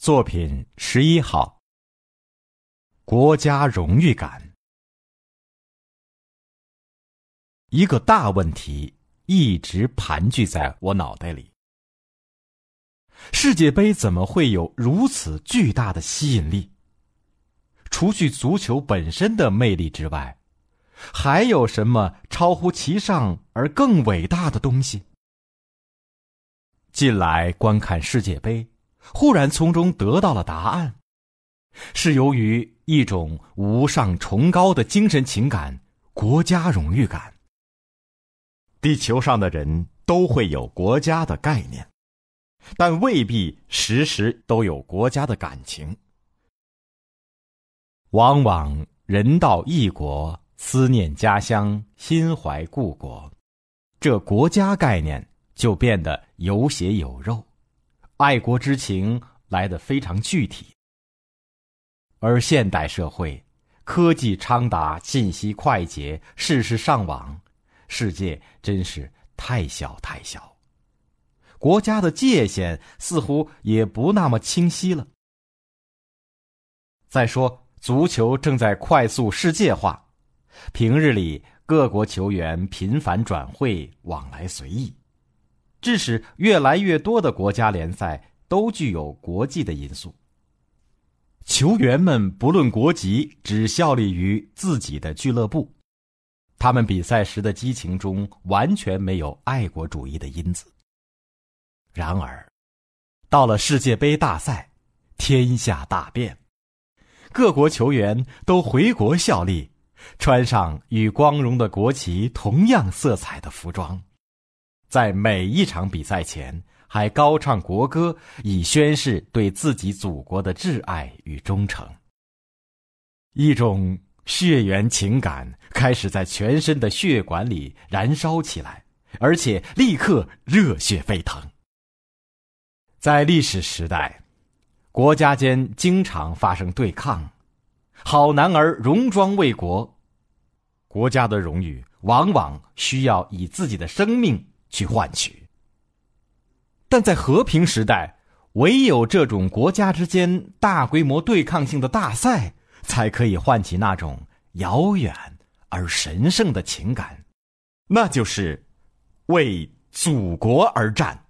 作品11号，国家荣誉感。一个大问题一直盘踞在我脑袋里：世界杯怎么会有如此巨大的吸引力？除去足球本身的魅力之外，还有什么超乎其上而更伟大的东西？近来观看世界杯，忽然从中得到了答案，是由于一种无上崇高的精神情感——国家荣誉感。地球上的人都会有国家的概念，但未必时时都有国家的感情。往往人到异国，思念家乡，心怀故国，这国家概念就变得有血有肉，爱国之情来得非常具体。而现代社会，科技昌达，信息快捷，事事上网，世界真是太小太小，国家的界限似乎也不那么清晰了。再说，足球正在快速世界化，平日里各国球员频繁转会，往来随意，致使越来越多的国家联赛都具有国际的因素。球员们不论国籍，只效力于自己的俱乐部，他们比赛时的激情中完全没有爱国主义的因子。然而，到了世界杯大赛，天下大变，各国球员都回国效力，穿上与光荣的国旗同样色彩的服装，在每一场比赛前还高唱国歌，以宣示对自己祖国的挚爱与忠诚。一种血缘情感开始在全身的血管里燃烧起来，而且立刻热血沸腾。在历史时代，国家间经常发生对抗，好男儿戎装为国，国家的荣誉往往需要以自己的生命去换取。但在和平时代，唯有这种国家之间大规模对抗性的大赛，才可以唤起那种遥远而神圣的情感，那就是为祖国而战。